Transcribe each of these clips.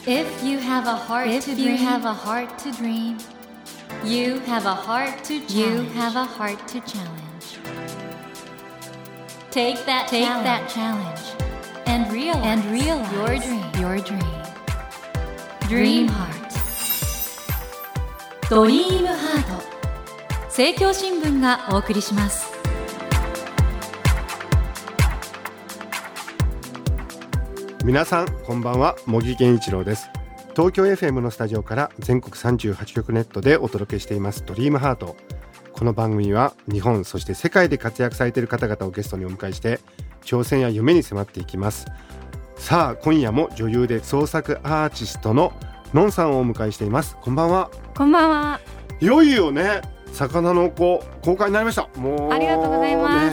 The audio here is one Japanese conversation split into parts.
If you have a heart to dream, you have a heart to dream. You have a heart to challenge. You have a heart to challenge. Take that challenge and realize your dream. Dream Heart. ドリームハート。政教新聞がお送りします。 皆さんこんばんは、茂木健一郎です。東京 FM のスタジオから全国38局ネットでお届けしていますドリームハート。この番組は日本そして世界で活躍されている方々をゲストにお迎えして挑戦や夢に迫っていきます。さあ今夜も女優で創作アーティストののんさんをお迎えしています。こんばんは。 こんばんは。 いよいよね、魚の子公開になりました。もうありがとうございます、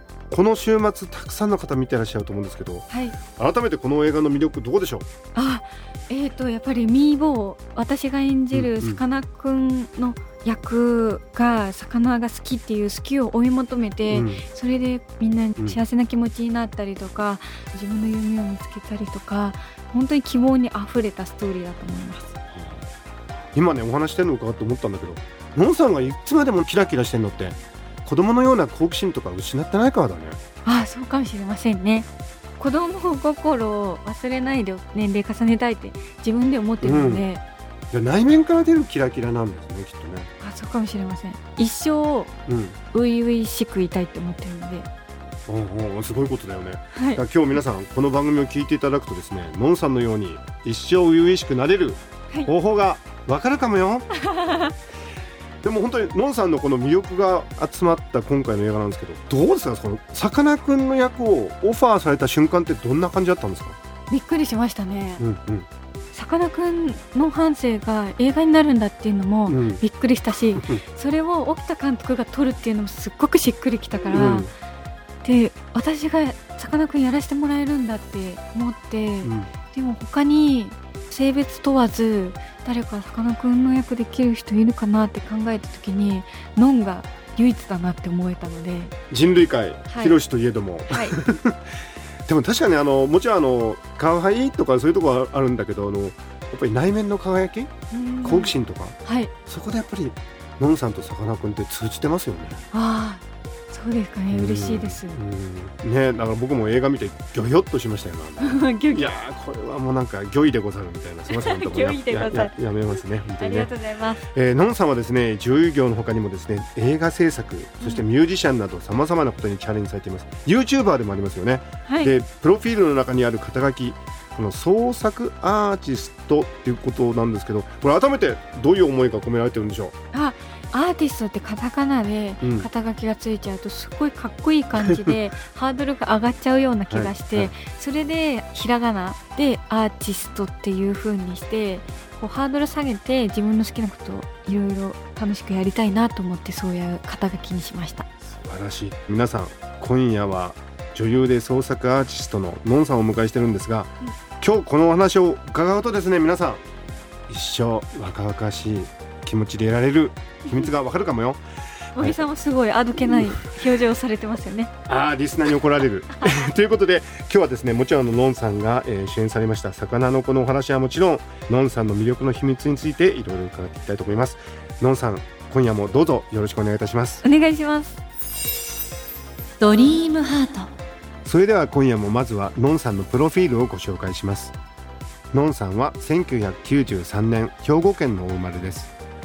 この週末たくさんの方見てらっしゃると思うんですけど、 はい、 改めてこの映画の魅力どうでしょう？ やっぱりミーボー、私が演じるさかなクンの役が魚が好きっていう好きを追い求めて、それでみんな幸せな気持ちになったりとか、自分の夢を見つけたりとか、本当に希望にあふれたストーリーだと思います。 今ねお話してるのかと思ったんだけど、のんさんがいつまでもキラキラしてるのって子供のような好奇心とか失ってないからだね。 そうかもしれませんね。子供心を忘れないで年齢重ねたいって自分で思ってるので、 内面から出るキラキラなんですね、きっとね。 そうかもしれません。一生初々しくいたいって思ってるので、 すごいことだよね、 はい、 だから今日皆さんこの番組を聞いていただくとですね、のんさんのように一生初々しくなれる方法がわかるかもよ、でも本当にのんさんのこの魅力が集まった今回の映画なんですけど、どうですか、そのさかなクンの役をオファーされた瞬間ってどんな感じだったんですか？ びっくりしましたね、さかなクンの半生が映画になるんだっていうのもびっくりしたし、それを沖田監督が撮るっていうのもすっごくしっくりきたから、で私がさかなクンやらせてもらえるんだって思って、でも他に性別問わず誰かさかなクンの役できる人いるかなって考えた時にノンが唯一だなって思えたので、 人類界、ヒロシといえども、でも確かにもちろん可愛いとかそういうところはあるんだけど、やっぱり内面の輝き、好奇心とか、そこでやっぱりのんさんとさかなクンって通じてますよね。 そうですかね、嬉しいです、 ね、だから僕も映画見てギョギョッとしましたよいやこれはもうなんかギョイでござるみたいな、すみませんやめますね、本当にね。 ありがとうございます。 のんさんはですね、女優業の他にもですね、映画制作、そしてミュージシャンなどさまざまなことにチャレンジされています。 YouTuber でもありますよね、でプロフィールの中にある肩書き、この創作アーティストっていうことなんですけど、これ改めてどういう思いが込められてるんでしょう？ アーティストってカタカナで肩書きがついちゃうとすごいかっこいい感じでハードルが上がっちゃうような気がして、それでひらがなでアーティストっていう風にしてこうハードル下げて自分の好きなことをいろいろ楽しくやりたいなと思って、そういう肩書きにしました。 素晴らしい。皆さん今夜は女優で創作アーティストののんさんをお迎えしてるんですが、今日このお話を伺うとですね、皆さん一生若々しい気持ちでいられる秘密がわかるかもよ。 茂木さんもすごいあどけない表情をされてますよね。 リスナーに怒られるということで、今日はですね、もちろんのんさんが、主演されました魚の子のお話はもちろん、のんさんの魅力の秘密についていろいろ伺っていきたいと思います。のんさん、今夜もどうぞよろしくお願いいたします。 お願いします。 ドリームハート。 それでは今夜もまずはのんさんのプロフィールをご紹介します。のんさんは1993年兵庫県のお生まれです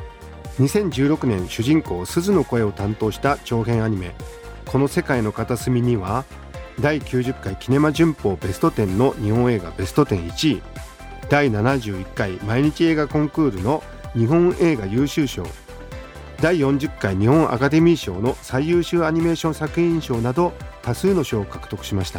。2016年主人公鈴の声を担当した長編アニメこの世界の片隅には、第90回キネマ旬報ベスト10の日本映画ベスト10 1位、第71回毎日映画コンクールの日本映画優秀賞、第40回日本アカデミー賞の最優秀アニメーション作品賞など多数の賞を獲得しました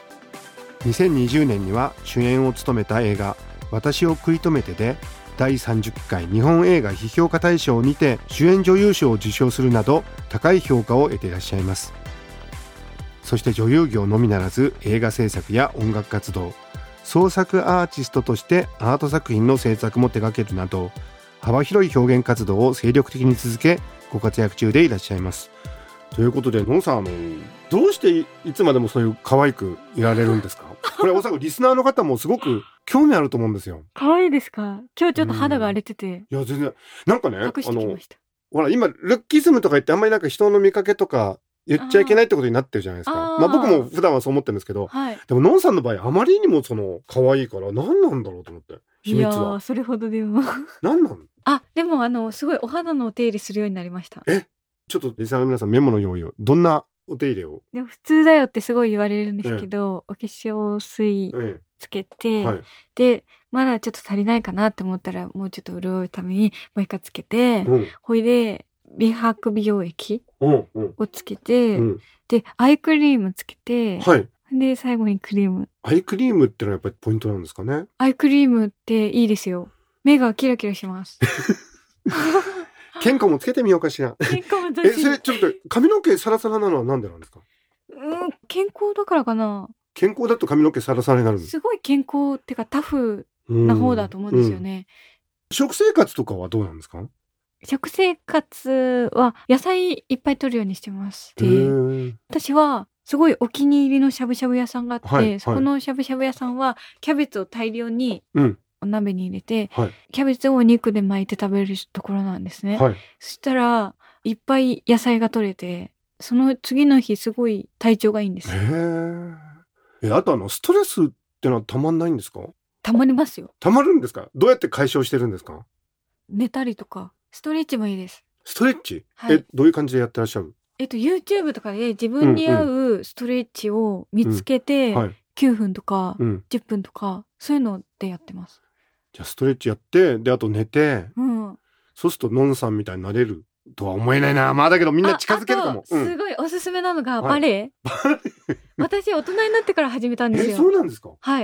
。2020年には主演を務めた映画私を食い止めてで第30回日本映画批評家大賞にて主演女優賞を受賞するなど高い評価を得ていらっしゃいます。そして女優業のみならず映画制作や音楽活動、創作アーティストとしてアート作品の制作も手掛けるなど幅広い表現活動を精力的に続けご活躍中でいらっしゃいます。ということでのんさん、どうしていつまでもそういう可愛くいられるんですか？ これおそらくリスナーの方もすごく興味あると思うんですよ。 可愛いですか？今日ちょっと肌が荒れてて、 いや全然なんかね、 隠してきました。 ほら今ルッキズムとか言ってあんまりなんか人の見かけとか言っちゃいけないってことになってるじゃないですか。まあ僕も普段はそう思ってるんですけど、 はい、 でものんさんの場合あまりにもその可愛いから何なんだろうと思って、秘密は。 いやそれほどでも何なの？ でもすごいお肌のお手入れするようになりました。 ちょっとリスナーの皆さんメモの用意を。どんなお手入れを？ でも普通だよってすごい言われるんですけど、お化粧水つけて、 はい、 でまだちょっと足りないかなって思ったらもうちょっと潤うためにもう一回つけて、ほいで美白美容液をつけて、でアイクリームつけて、で最後にクリーム。 アイクリームってのはやっぱりポイントなんですかね？アイクリームっていいですよ。目がキラキラします健康もつけてみようかしら。 健康もそれちょっと髪の毛サラサラなのはなんでなんですか？ 健康だからかな。 健康だと髪の毛サラサラになるんです。 すごい健康ってかタフな方だと思うんですよね。 食生活とかはどうなんですか？ 食生活は野菜いっぱい摂るようにしてます。で、私はすごいお気に入りのしゃぶしゃぶ屋さんがあって、そこのしゃぶしゃぶ屋さんはキャベツを大量にお鍋に入れて、キャベツをお肉で巻いて食べるところなんですね。そしたらいっぱい野菜が取れて、その次の日すごい体調がいいんです。 あとストレスってのはたまんないんですか？ たまりますよ。 たまるんですか？どうやって解消してるんですか？ 寝たりとかストレッチもいいです。 ストレッチ、どういう感じでやってらっしゃる ？YouTube とかで自分に合うストレッチを見つけて、9分とか10分とかそういうのでやってます。 じゃあストレッチやって、であと寝て、そうするとのんさんみたいになれるとは思えないな。まあだけどみんな近づけるかも。 すごいおすすめなのがバレエ。私大人になってから始めたんですよ。 そうなんですか？ はい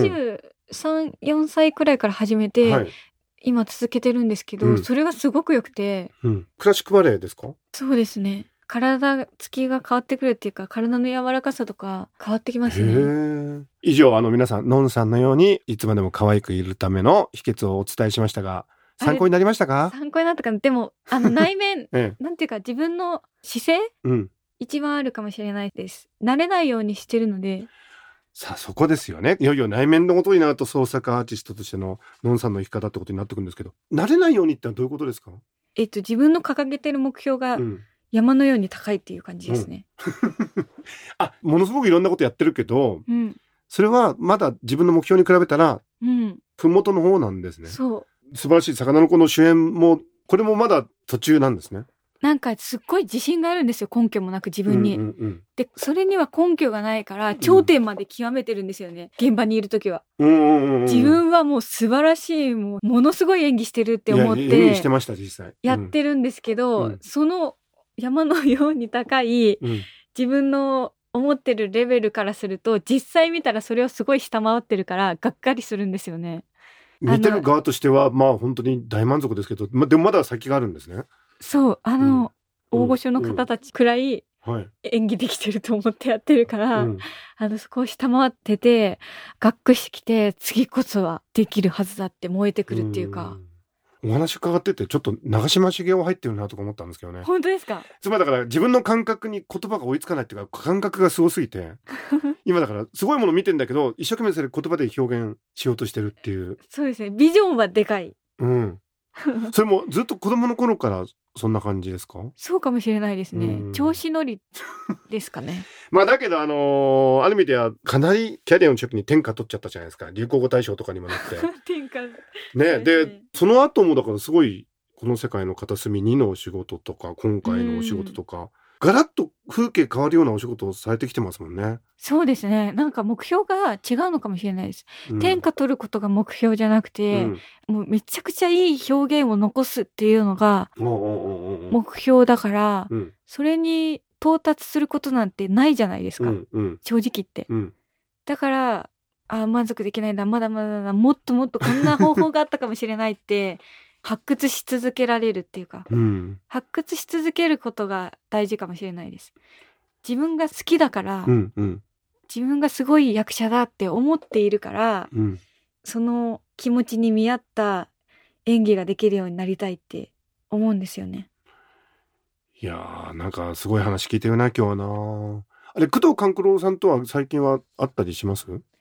。23、4歳くらいから始めて、今続けてるんですけど、それがすごく良くて、 クラシックバレエですか？ そうですね。体つきが変わってくるっていうか、体の柔らかさとか変わってきますね。 以上皆さんのんさんのようにいつまでも可愛くいるための秘訣をお伝えしましたが、参考になりましたか？ 参考になったかな。でも内面、なんていうか自分の姿勢、一番あるかもしれないです。慣れないようにしてるので。 さあそこですよね。いよいよ内面のことになると創作アーティストとしてののんさんの生き方ってことになってくるんですけど、慣れないようにってのはどういうことですか？ 自分の掲げてる目標が山のように高いっていう感じですね。 ものすごくいろんなことやってるけど、それはまだ自分の目標に比べたら、ふもとの方なんですね。 そう。 素晴らしい魚の子の主演もこれもまだ途中なんですね。 なんかすっごい自信があるんですよ。根拠もなく自分に。でそれには根拠がないから頂点まで極めてるんですよね。現場にいる時は。自分はもう素晴らしい、ものすごい演技してるって思って演技してました実際。 やってるんですけど、その山のように高い自分の思ってるレベルからすると、実際見たらそれをすごい下回ってるからがっかりするんですよね。 見てる側としてはまあ本当に大満足ですけど、でもまだ先があるんですね。 そう大御所の方たちくらい演技できてると思ってやってるから、そこを下回っててがっくしきて、次こそはできるはずだって燃えてくるっていうか。 お話伺っててちょっと長嶋茂雄入ってるなとか思ったんですけどね。 本当ですか？ つまりだから自分の感覚に言葉が追いつかないっていうか、感覚がすごすぎて今だからすごいもの見てんだけど一生懸命それ言葉で表現しようとしてるっていう。 そうですね。ビジョンはでかい。 それもずっと子供の頃からそんな感じですか？ そうかもしれないですね。調子乗りですかね。 まあだけどある意味ではかなりキャリアの初期に天下取っちゃったじゃないですか。流行語大賞とかにもなって天下ね。でその後もだからすごいこの世界の片隅にのお仕事とか今回のお仕事とか、ガラッと風景変わるようなお仕事をされてきてますもんね。そうですね。なんか目標が違うのかもしれないです。天下取ることが目標じゃなくて、もうめちゃくちゃいい表現を残すっていうのが目標だから、それに到達することなんてないじゃないですか。正直言って。だから満足できないんだ、まだまだだ、もっともっとこんな方法があったかもしれないって発掘し続けられるっていうか、発掘し続けることが大事かもしれないです。自分が好きだから、自分がすごい役者だって思っているから、その気持ちに見合った演技ができるようになりたいって思うんですよね。 いやー、なんかすごい話聞いてるな今日はな。あれ工藤官九郎さんとは最近は会ったりします？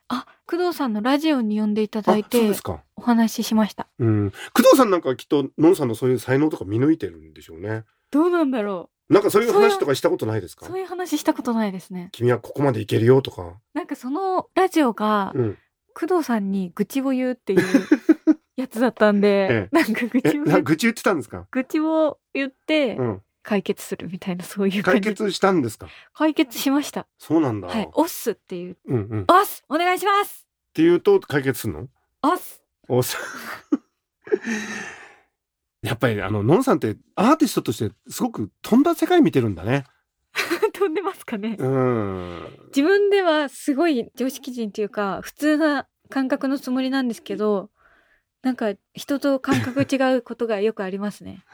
工藤さんのラジオに呼んでいただいて、 そうですか。 お話ししました。 工藤さんなんかはきっとのんさんのそういう才能とか見抜いてるんでしょうね。 どうなんだろう。なんかそういう話とかしたことないですか？ そういう話したことないですね。 君はここまでいけるよとか。 なんかそのラジオが、工藤さんに愚痴を言うっていうやつだったんで、なんか愚痴言ってたんですか？ 愚痴を言って、解決するみたいな、そういう感じ。解決したんですか？ 解決しました。 そうなんだ。 はい。オスっていう。オスお願いしますって言うと解決するの？オス。やっぱりのんさんってアーティストとしてすごく飛んだ世界見てるんだね。 飛んでますかね。自分ではすごい常識人というか普通な感覚のつもりなんですけど、なんか人と感覚違うことがよくありますね。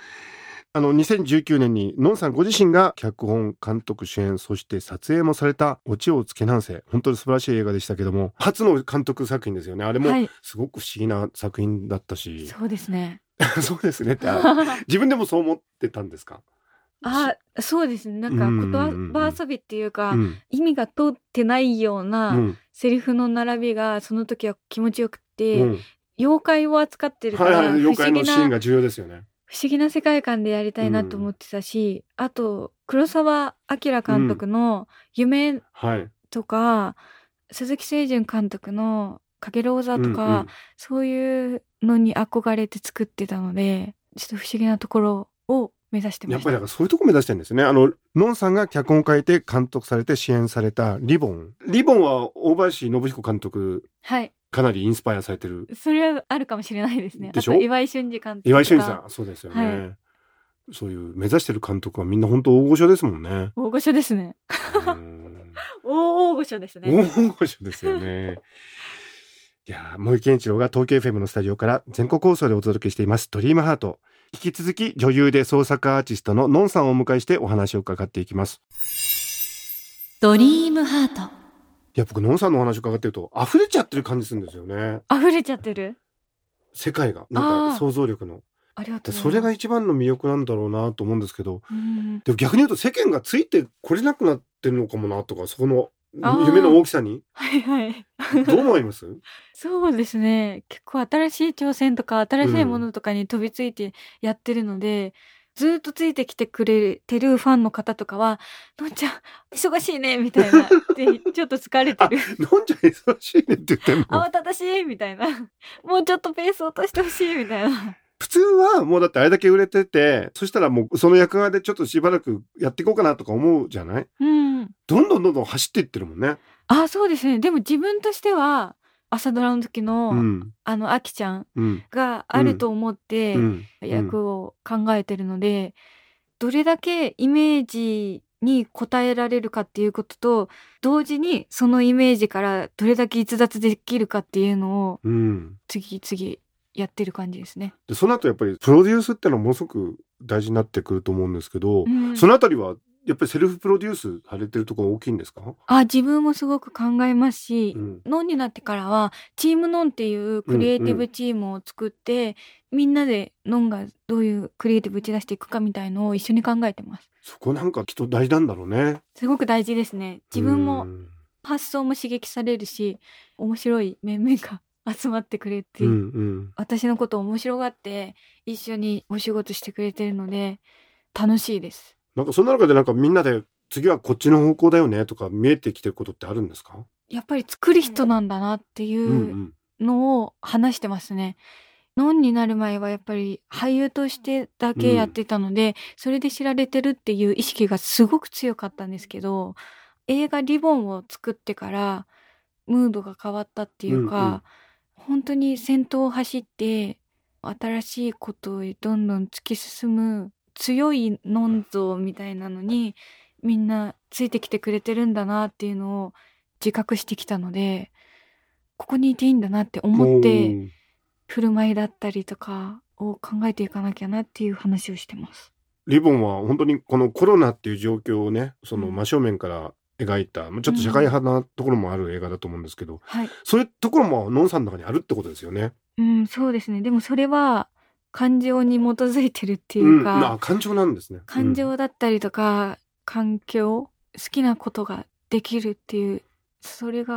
2019年にのんさんご自身が脚本、監督、主演、そして撮影もされたオチをつけなんせ、本当に素晴らしい映画でしたけども、初の監督作品ですよね。あれもすごく不思議な作品だったし。 そうですね。 そうですねって自分でもそう思ってたんですか？ そうですね。なんか言葉遊びっていうか、意味が通ってないようなセリフの並びがその時は気持ちよくて、妖怪を扱ってるから、 妖怪のシーンが重要ですよね。 不思議な世界観でやりたいなと思ってたし、あと黒澤明監督の夢とか、鈴木清純監督のかげろう座とか、そういうのに憧れて作ってたので、ちょっと不思議なところを目指してました。 やっぱりだからそういうところ目指してるんですね。のんさんが脚本を書いて監督されて支援されたリボンは大林信彦監督、かなりインスパイアされてる。 それはあるかもしれないですね。 でしょ？ あと岩井俊二監督とか。 岩井俊二さん、そうですよね。そういう目指してる監督はみんな本当大御所ですもんね。 大御所ですね。大御所ですね。 大御所ですよね。いや、森健一郎が東京 FM のスタジオから全国放送でお届けしていますドリームハート。引き続き女優で創作アーティストののんさんをお迎えしてお話を伺っていきます。 ドリームハート。 いや、僕のんさんのお話を伺ってると溢れちゃってる感じするんですよね。 溢れちゃってる？ 世界がなんか想像力の。 ありがとうございます。 それが一番の魅力なんだろうなと思うんですけど、でも逆に言うと世間がついてこれなくなってるのかもなとか、その夢の大きさにどう思います？ そうですね。結構新しい挑戦とか新しいものとかに飛びついてやってるので、ずっとついてきてくれてるファンの方とかは、のんちゃん忙しいねみたいなってちょっと疲れてる。 のんちゃん忙しいねって言ってんの？ 慌ただしいみたいな。もうちょっとペース落としてほしいみたいな。 普通はもうだってあれだけ売れてて、そしたらもうその役柄でちょっとしばらくやっていこうかなとか思うじゃない？どんどん走っていってるもんね。 そうですね。でも自分としては朝ドラの時の、あきちゃんがあると思って役を考えてるので、どれだけイメージに応えられるかっていうことと同時にそのイメージからどれだけ逸脱できるかっていうのを次々やってる感じですね。 でその後やっぱりプロデュースってのはものすごく大事になってくると思うんですけど、そのあたりはやっぱりセルフプロデュースされてるところ大きいんですか？ 自分もすごく考えますし、ノンになってからはチームノンっていうクリエイティブチームを作って、みんなでノンがどういうクリエイティブ打ち出していくかみたいのを一緒に考えてます。 そこなんかきっと大事なんだろうね。 すごく大事ですね。自分も発想も刺激されるし、面白い面々が集まってくれて、私のことを面白がって一緒にお仕事してくれてるので楽しいです。 なんかそんな中でなんかみんなで次はこっちの方向だよねとか見えてきてることってあるんですか？ やっぱり作る人なんだなっていうのを話してますね。ノンになる前はやっぱり俳優としてだけやってたので、それで知られてるっていう意識がすごく強かったんですけど、映画リボンを作ってからムードが変わったっていうか、本当に先頭を走って新しいことへどんどん突き進む強いノン像みたいなのにみんなついてきてくれてるんだなっていうのを自覚してきたので、ここにいていいんだなって思って振る舞いだったりとかを考えていかなきゃなっていう話をしてます。 リボンは本当にこのコロナっていう状況をね、その真正面から描いた、ちょっと社会派なところもある映画だと思うんですけど、そういうところもノンさんの中にあるってことですよね。 そうですね。でもそれは感情に基づいてるっていうか、 感情なんですね。 感情だったりとか、環境、好きなことができるっていう、それが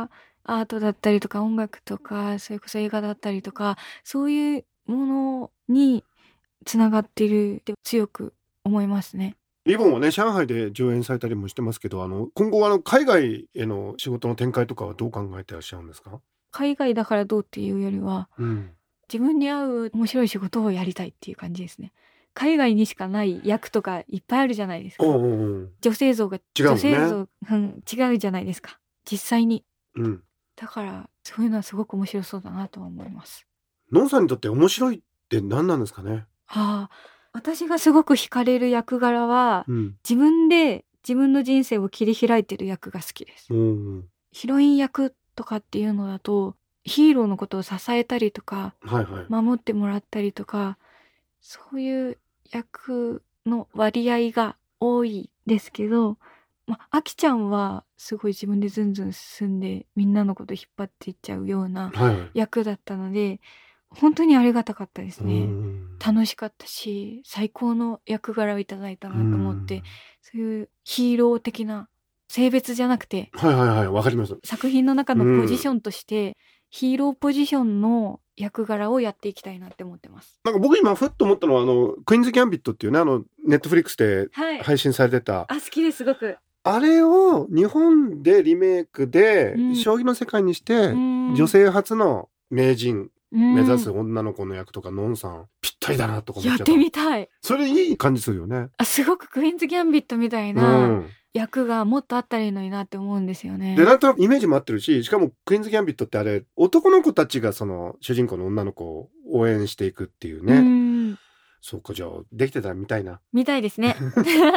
アートだったりとか音楽とか、それこそ映画だったりとか、そういうものにつながっているって強く思いますね。 リボンはね、上海で上演されたりもしてますけど、今後は海外への仕事の展開とかはどう考えてらっしゃるんですか？ 海外だからどうっていうよりは、自分に合う面白い仕事をやりたいっていう感じですね。海外にしかない役とかいっぱいあるじゃないですか。女性像が違うもんね。 女性像、違うじゃないですか、実際に。だからそういうのはすごく面白そうだなとは思います。 のんさんにとって面白いって何なんですかね？ 私がすごく惹かれる役柄は、自分で自分の人生を切り開いてる役が好きです。ヒロイン役とかっていうのだと、ヒーローのことを支えたりとか、守ってもらったりとか、そういう役の割合が多いですけど、あきちゃんはすごい自分でずんずん進んでみんなのこと引っ張っていっちゃうような役だったので、本当にありがたかったですね。楽しかったし、最高の役柄をいただいたなと思って、そういうヒーロー的な、性別じゃなくて、 わかります。 作品の中のポジションとして、ヒーローポジションの役柄をやっていきたいなって思ってます。 なんか僕今ふっと思ったのはクイーンズ・ギャンビットっていうね、ネットフリックスで配信されてた、 好きです、すごく。 あれを日本でリメイクで将棋の世界にして、女性初の名人目指す女の子の役とか、のんさんぴったりだなとか思っちゃった。 やってみたい。 それいい感じするよね。 すごくクイーンズ・ギャンビットみたいな役がもっとあったらいいのになって思うんですよね。 で、なんとなくイメージも合ってるし、しかもクイーンズ・ギャンビットってあれ、男の子たちがその主人公の女の子を応援していくっていうね。そうか、じゃあできてたら見たいな。 見たいですね。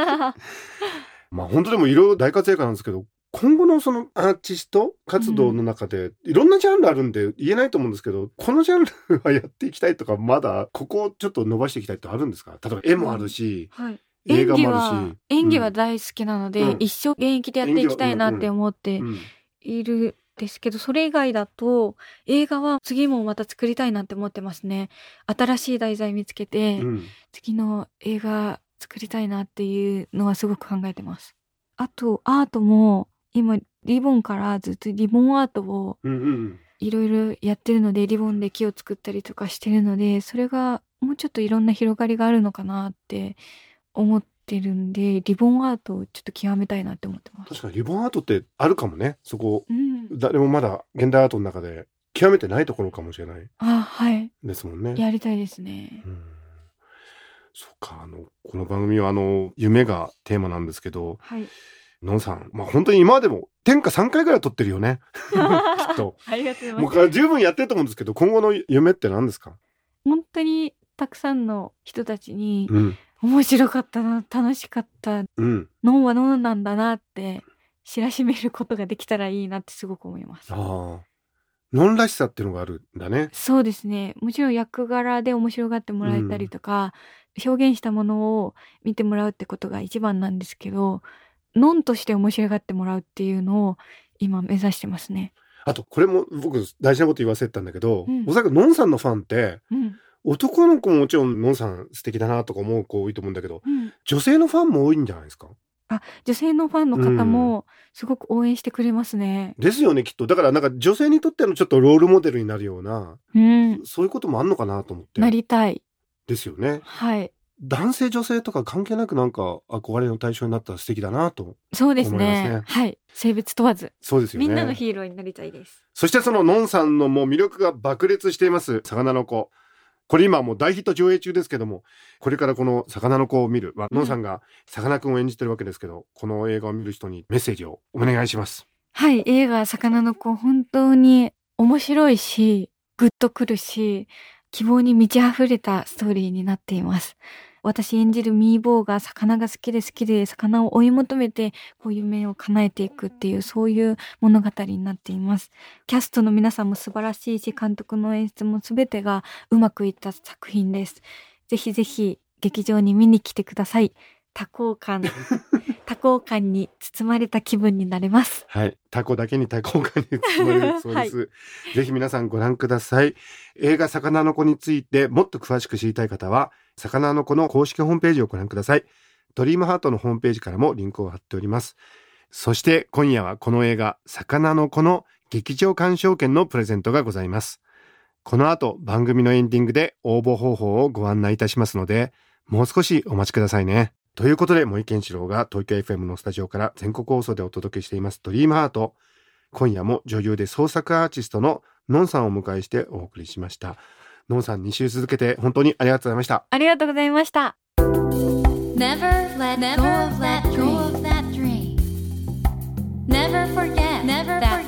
本当でもいろいろ大活躍なんですけど、今後のそのアーティスト活動の中でいろんなジャンルあるんで言えないと思うんですけど、このジャンルはやっていきたいとか、まだここをちょっと伸ばしていきたいってあるんですか？例えば絵もあるし、映画もあるし。 演技は大好きなので、一生現役でやっていきたいなって思っているんですけど、それ以外だと映画は次もまた作りたいなって思ってますね。新しい題材見つけて、次の映画作りたいなっていうのはすごく考えてます。あとアートも今リボンからずっとリボンアートをいろいろやってるので、リボンで木を作ったりとかしてるので、それがもうちょっといろんな広がりがあるのかなって思ってるんで、リボンアートをちょっと極めたいなって思ってます。 確かにリボンアートってあるかもね。そこ、誰もまだ現代アートの中で極めてないところかもしれない。ですもんね。 やりたいですね。 そうか、この番組は夢がテーマなんですけど、のんさん、本当に今までも天下3回ぐらい撮ってるよね。きっと。 ありがとうございます。 もう十分やってると思うんですけど、今後の夢って何ですか？ 本当にたくさんの人たちに、面白かったな、楽しかった、脳は脳なんだなって知らしめることができたらいいなってすごく思います。 ノンらしさっていうのがあるんだね。 そうですね。もちろん役柄で面白がってもらえたりとか、表現したものを見てもらうってことが一番なんですけど、ノンとして面白がってもらうっていうのを今目指してますね。 あとこれも僕大事なこと言わせてたんだけど、おそらくのんさんのファンって、男の子ももちろんのんさん素敵だなとか思う子多いと思うんだけど、女性のファンも多いんじゃないですか？ 女性のファンの方もすごく応援してくれますね。 ですよね、きっと。だからなんか女性にとってのちょっとロールモデルになるような、そういうこともあんのかなと思って。 なりたい。 ですよね。男性女性とか関係なくなんか憧れの対象になったら素敵だなと思いますね。 そうですね。性別問わず。 そうですよね。 みんなのヒーローになりたいです。 そしてそののんさんのもう魅力が爆裂しています魚の子。これ今もう大ヒット上映中ですけども、これからこの魚の子を見る、のんさんがさかなクンを演じてるわけですけど、この映画を見る人にメッセージをお願いします。 映画魚の子本当に面白いし、グッとくるし、希望に満ち溢れたストーリーになっています。私演じるミーボーが魚が好きで魚を追い求めてこう夢を叶えていくっていう、そういう物語になっています。キャストの皆さんも素晴らしいし、監督の演出も全てがうまくいった作品です。ぜひぜひ劇場に見に来てください。多幸感に包まれた気分になれます。 タコだけに多幸感に包まれるそうです。ぜひ皆さんご覧ください。映画魚の子についてもっと詳しく知りたい方は、魚の子の公式ホームページをご覧ください。ドリームハートのホームページからもリンクを貼っております。そして今夜はこの映画魚の子の劇場鑑賞券のプレゼントがございます。この後番組のエンディングで応募方法をご案内いたしますので、もう少しお待ちくださいね。ということで、森健一郎が東京 FM のスタジオから全国放送でお届けしていますドリームハート。今夜も女優で創作アーティストののんさんをお迎えしてお送りしました。のんさん、2週続けて本当にありがとうございました。 ありがとうございました。 Never let go of that dream. Never forget that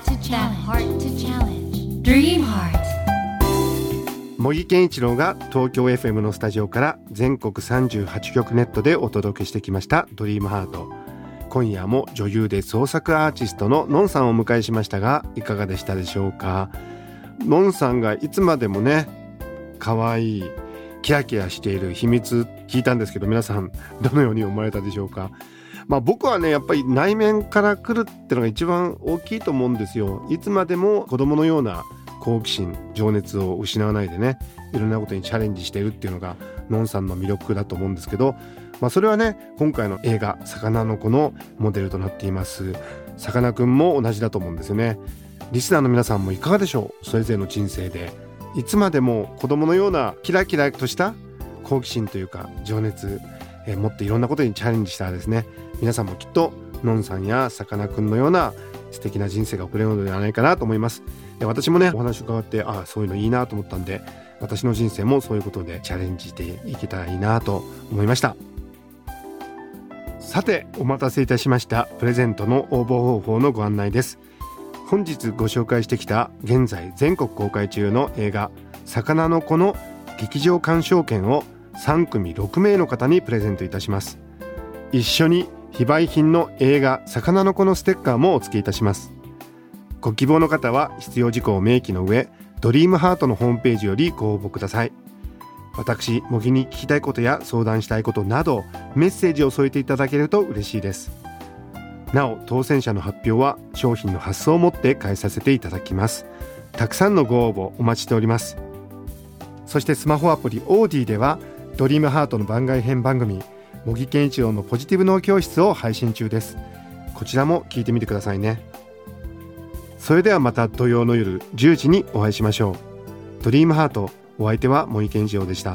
heart to challenge. Dream Heart。 茂木健一郎が東京 FM のスタジオから全国38局ネットでお届けしてきましたドリームハート。今夜も女優で創作アーティストののんさんをお迎えしましたが、いかがでしたでしょうか。のんさんがいつまでもね、可愛いキラキラしている秘密聞いたんですけど、皆さんどのように思われたでしょうか。僕はね、やっぱり内面から来るってのが一番大きいと思うんですよ。いつまでも子供のような好奇心、情熱を失わないでね、いろんなことにチャレンジしているっていうのがのんさんの魅力だと思うんですけど、それはね、今回の映画魚の子のモデルとなっていますさかなクンも同じだと思うんですよね。リスナーの皆さんもいかがでしょう。それぞれの人生でいつまでも子供のようなキラキラとした好奇心というか情熱、持っていろんなことにチャレンジしたらですね、皆さんもきっとのんさんやさかなクンのような素敵な人生が送れるのではないかなと思います。私もね、お話を伺ってそういうのいいなと思ったんで、私の人生もそういうことでチャレンジしていけたらいいなと思いました。さて、お待たせいたしました。プレゼントの応募方法のご案内です。本日ご紹介してきた現在全国公開中の映画魚の子の劇場鑑賞券を3組6名の方にプレゼントいたします。一緒に非売品の映画魚の子のステッカーもお付けいたします。ご希望の方は必要事項を明記の上、ドリームハートのホームページよりご応募ください。私、茂木に聞きたいことや相談したいことなどメッセージを添えていただけると嬉しいです。なお、当選者の発表は商品の発送をもって返させていただきます。たくさんのご応募お待ちしております。そしてスマホアプリオーディではドリームハートの番外編番組茂木健一郎のポジティブ脳教室を配信中です。こちらも聞いてみてくださいね。それではまた土曜の夜10時にお会いしましょう。ドリームハート、お相手は茂木健一郎でした。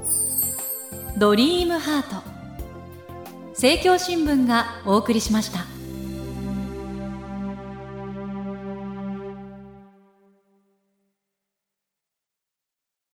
ドリームハート、政教新聞がお送りしました。